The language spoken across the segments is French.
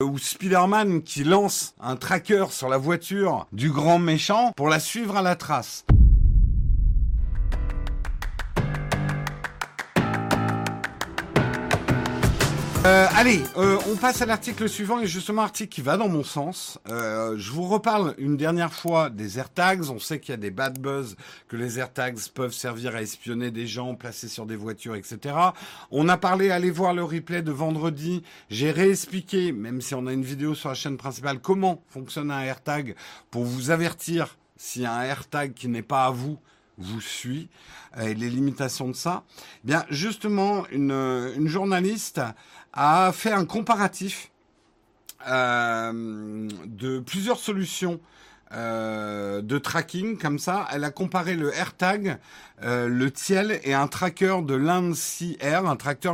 Ou Spider-Man qui lance un tracker sur la voiture du grand méchant pour la suivre à la trace. Allez, on passe à l'article suivant, et justement article qui va dans mon sens. Je vous reparle une dernière fois des AirTags. On sait qu'il y a des bad buzz, que les AirTags peuvent servir à espionner des gens placés sur des voitures, etc. On a parlé, allez voir le replay de vendredi. J'ai réexpliqué, même si on a une vidéo sur la chaîne principale, comment fonctionne un AirTag pour vous avertir si un AirTag qui n'est pas à vous suit, et les limitations de ça. Bien, justement, une journaliste a fait un comparatif de plusieurs solutions de tracking, comme ça. Elle a comparé le AirTag, le Tiel et un tracker de Landsea Air, un tracker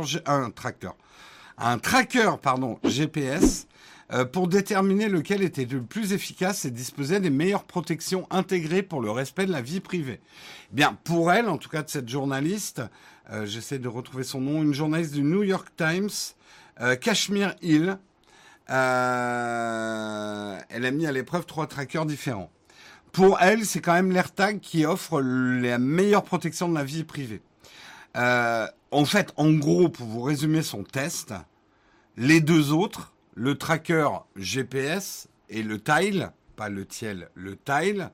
GPS, pour déterminer lequel était le plus efficace et disposait des meilleures protections intégrées pour le respect de la vie privée. Bien, pour elle, en tout cas de cette journaliste, j'essaie de retrouver son nom, une journaliste du New York Times, Kashmir Hill, elle a mis à l'épreuve 3 trackers différents. Pour elle, c'est quand même l'AirTag qui offre la meilleure protection de la vie privée. En fait, en gros, pour vous résumer son test, les deux autres, le tracker GPS et le Tile, pas le Tiel, le Tile,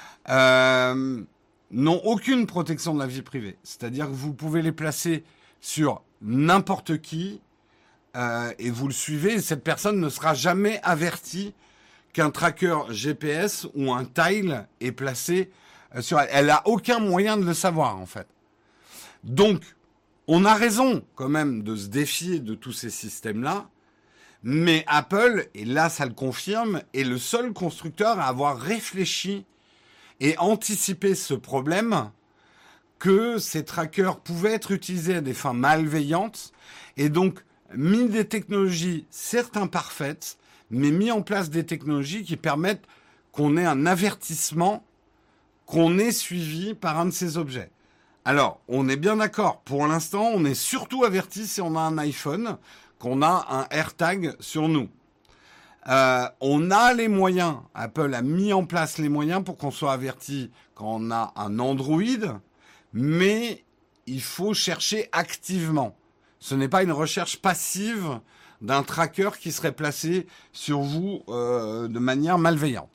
n'ont aucune protection de la vie privée. C'est-à-dire que vous pouvez les placer sur n'importe qui et vous le suivez, et cette personne ne sera jamais avertie qu'un tracker GPS ou un Tile est placé sur elle. Elle n'a aucun moyen de le savoir, en fait. Donc, on a raison quand même de se défier de tous ces systèmes-là. Mais Apple, et là ça le confirme, est le seul constructeur à avoir réfléchi et anticipé ce problème, que ces trackers pouvaient être utilisés à des fins malveillantes, et donc mis des technologies certes imparfaites, mais mis en place des technologies qui permettent qu'on ait un avertissement, qu'on est suivi par un de ces objets. Alors, on est bien d'accord, pour l'instant, on est surtout averti si on a un iPhone, qu'on a un AirTag sur nous. On a les moyens, Apple a mis en place les moyens pour qu'on soit averti quand on a un Android, mais il faut chercher activement. Ce n'est pas une recherche passive d'un tracker qui serait placé sur vous de manière malveillante.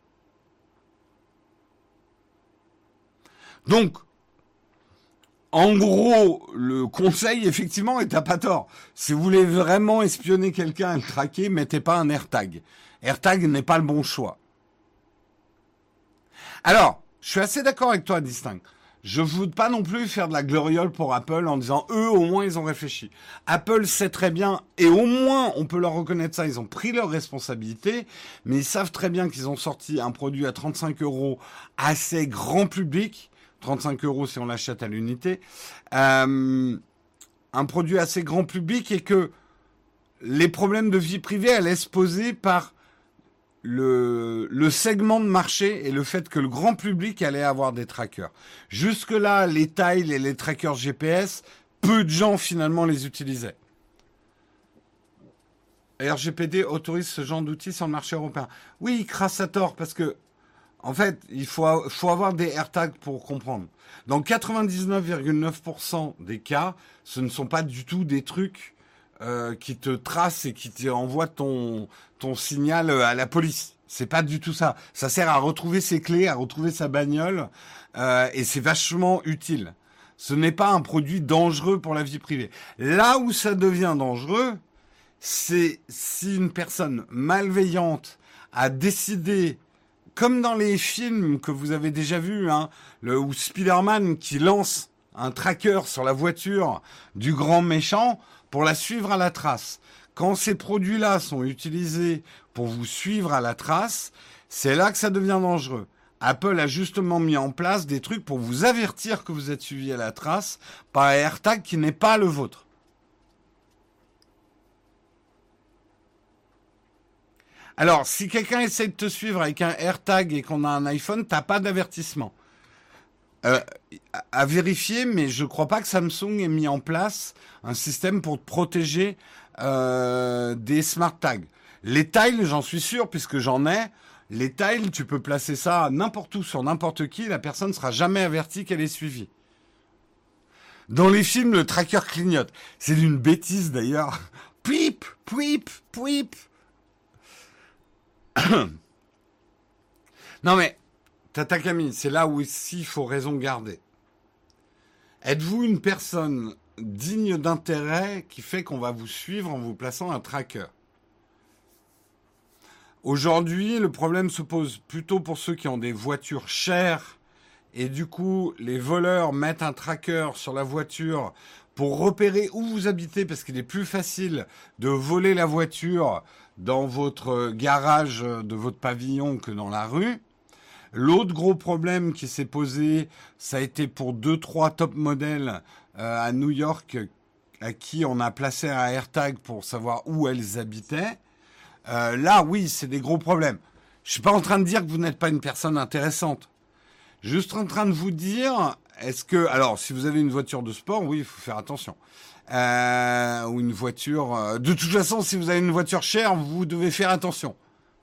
Donc, en gros, le conseil, effectivement, et t'as pas tort. Si vous voulez vraiment espionner quelqu'un et le traquer, mettez pas un AirTag. AirTag n'est pas le bon choix. Alors, je suis assez d'accord avec toi, Distinct. Je ne veux pas non plus faire de la gloriole pour Apple en disant, eux, au moins, ils ont réfléchi. Apple sait très bien, et au moins, on peut leur reconnaître ça, ils ont pris leurs responsabilités, mais ils savent très bien qu'ils ont sorti un produit à 35 € assez grand public, 35 € si on l'achète à l'unité, un produit assez grand public, et que les problèmes de vie privée allaient se poser par le segment de marché et le fait que le grand public allait avoir des trackers. Jusque-là, les Tile et les trackers GPS, peu de gens finalement les utilisaient. RGPD autorise ce genre d'outils sur le marché européen. Oui, crasse à tort, parce que en fait, il faut avoir des AirTags pour comprendre. Dans 99,9% des cas, ce ne sont pas du tout des trucs qui te tracent et qui te envoient ton signal à la police. C'est pas du tout ça. Ça sert à retrouver ses clés, à retrouver sa bagnole, et c'est vachement utile. Ce n'est pas un produit dangereux pour la vie privée. Là où ça devient dangereux, c'est si une personne malveillante a décidé, comme dans les films que vous avez déjà vus, où Spider-Man qui lance un tracker sur la voiture du grand méchant pour la suivre à la trace. Quand ces produits-là sont utilisés pour vous suivre à la trace, c'est là que ça devient dangereux. Apple a justement mis en place des trucs pour vous avertir que vous êtes suivi à la trace par un AirTag qui n'est pas le vôtre. Alors, si quelqu'un essaie de te suivre avec un AirTag et qu'on a un iPhone, t'as pas d'avertissement. À vérifier, mais je crois pas que Samsung ait mis en place un système pour te protéger des smart tags. Les tiles, j'en suis sûr, puisque j'en ai. Les tiles, tu peux placer ça n'importe où, sur n'importe qui, la personne ne sera jamais avertie qu'elle est suivie. Dans les films, le tracker clignote. C'est une bêtise d'ailleurs. Pouip, pouip, pouip. Non mais, Tata Camille, c'est là où ici il faut raison garder. Êtes-vous une personne digne d'intérêt qui fait qu'on va vous suivre en vous plaçant un tracker ? Aujourd'hui, le problème se pose plutôt pour ceux qui ont des voitures chères et du coup, les voleurs mettent un tracker sur la voiture pour repérer où vous habitez parce qu'il est plus facile de voler la voiture dans votre garage de votre pavillon que dans la rue. L'autre gros problème qui s'est posé, ça a été pour 2-3 top modèles à New York à qui on a placé un AirTag pour savoir où elles habitaient. Là, oui, c'est des gros problèmes. Je suis pas en train de dire que vous n'êtes pas une personne intéressante. Juste en train de vous dire, est-ce que... Alors, si vous avez une voiture de sport, oui, il faut faire attention. Ou une voiture... de toute façon, si vous avez une voiture chère, vous devez faire attention.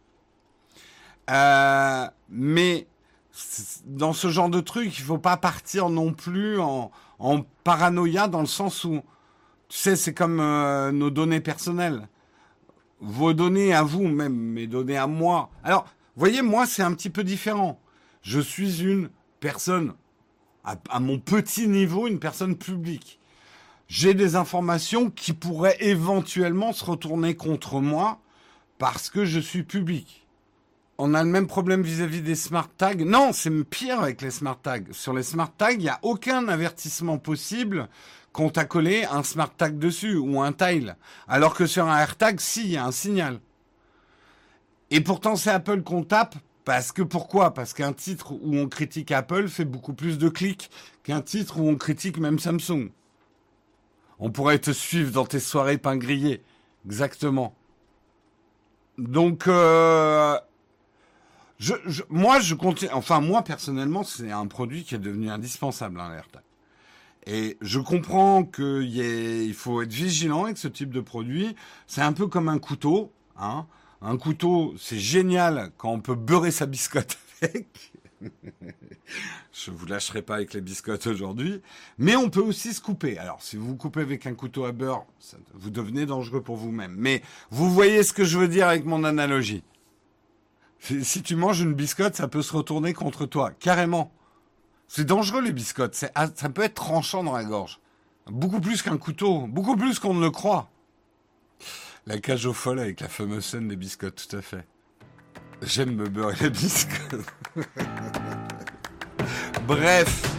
Mais dans ce genre de truc, il faut pas partir non plus en paranoïa dans le sens où, tu sais, c'est comme nos données personnelles. Vos données à vous, même mes données à moi. Alors, voyez, moi, c'est un petit peu différent. Je suis une personne, à mon petit niveau, une personne publique. J'ai des informations qui pourraient éventuellement se retourner contre moi parce que je suis public. On a le même problème vis-à-vis des smart tags. Non, c'est pire avec les smart tags. Sur les smart tags, il n'y a aucun avertissement possible qu'on t'a collé un smart tag dessus ou un tile. Alors que sur un AirTag, si, il y a un signal. Et pourtant, c'est Apple qu'on tape. Parce que pourquoi ? Parce qu'un titre où on critique Apple fait beaucoup plus de clics qu'un titre où on critique même Samsung. On pourrait te suivre dans tes soirées pain grillé. Exactement. Donc, moi, je continue. Enfin, moi, personnellement, c'est un produit qui est devenu indispensable, hein, l'AirTag. Et je comprends qu'il faut être vigilant avec ce type de produit. C'est un peu comme un couteau, hein. Un couteau, c'est génial quand on peut beurrer sa biscotte avec. Je vous lâcherai pas avec les biscottes aujourd'hui. Mais on peut aussi se couper. Alors, si vous vous coupez avec un couteau à beurre, vous devenez dangereux pour vous-même. Mais vous voyez ce que je veux dire avec mon analogie. Si tu manges une biscotte, ça peut se retourner contre toi. Carrément. C'est dangereux, les biscottes. Ça peut être tranchant dans la gorge. Beaucoup plus qu'un couteau. Beaucoup plus qu'on ne le croit. La cage aux folles avec la fameuse scène des biscottes, tout à fait. J'aime me beurrer les biscottes. Bref.